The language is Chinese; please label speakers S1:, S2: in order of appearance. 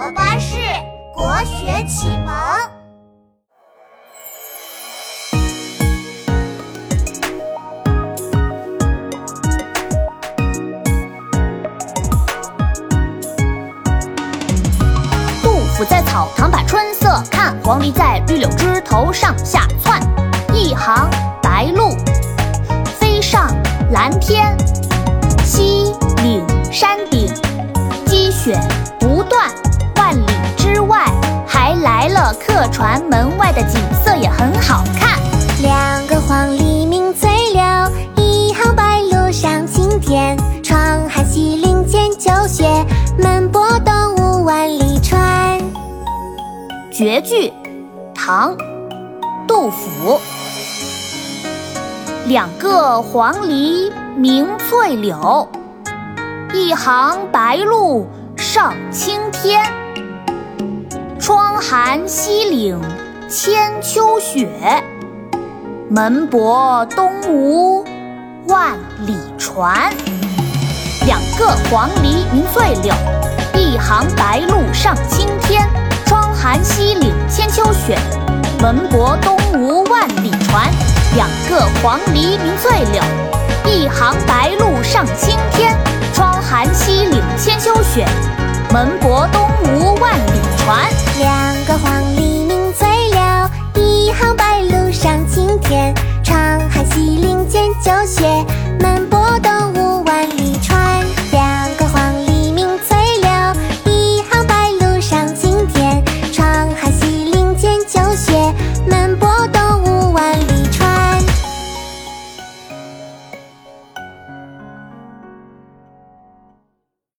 S1: 巴士国学启蒙。
S2: 杜甫在草堂把春色看，黄鹂在绿柳枝头上下窜。一行白鹭飞上蓝天，西岭山顶积雪不断，万里之外还来了客船，门外的景色也很好看。
S3: 两个黄鹂鸣翠柳，一行白鹭上青天。窗含西岭千秋雪，门泊东吴万里船。
S2: 绝句，唐·杜甫。两个黄鹂鸣翠柳，一行白鹭上青天。窗含西岭千秋雪，门泊东吴万里船。两个黄鹂鸣翠柳，一行白鹭上青天。窗含西岭千秋雪，门泊东吴万里船。两个黄鹂鸣翠柳，一行白鹭上青天。窗含西岭千秋雪，门泊东吴万里船。
S3: 两个黄鹂鸣翠柳，一行白鹭上青天。窗含西岭千秋雪，门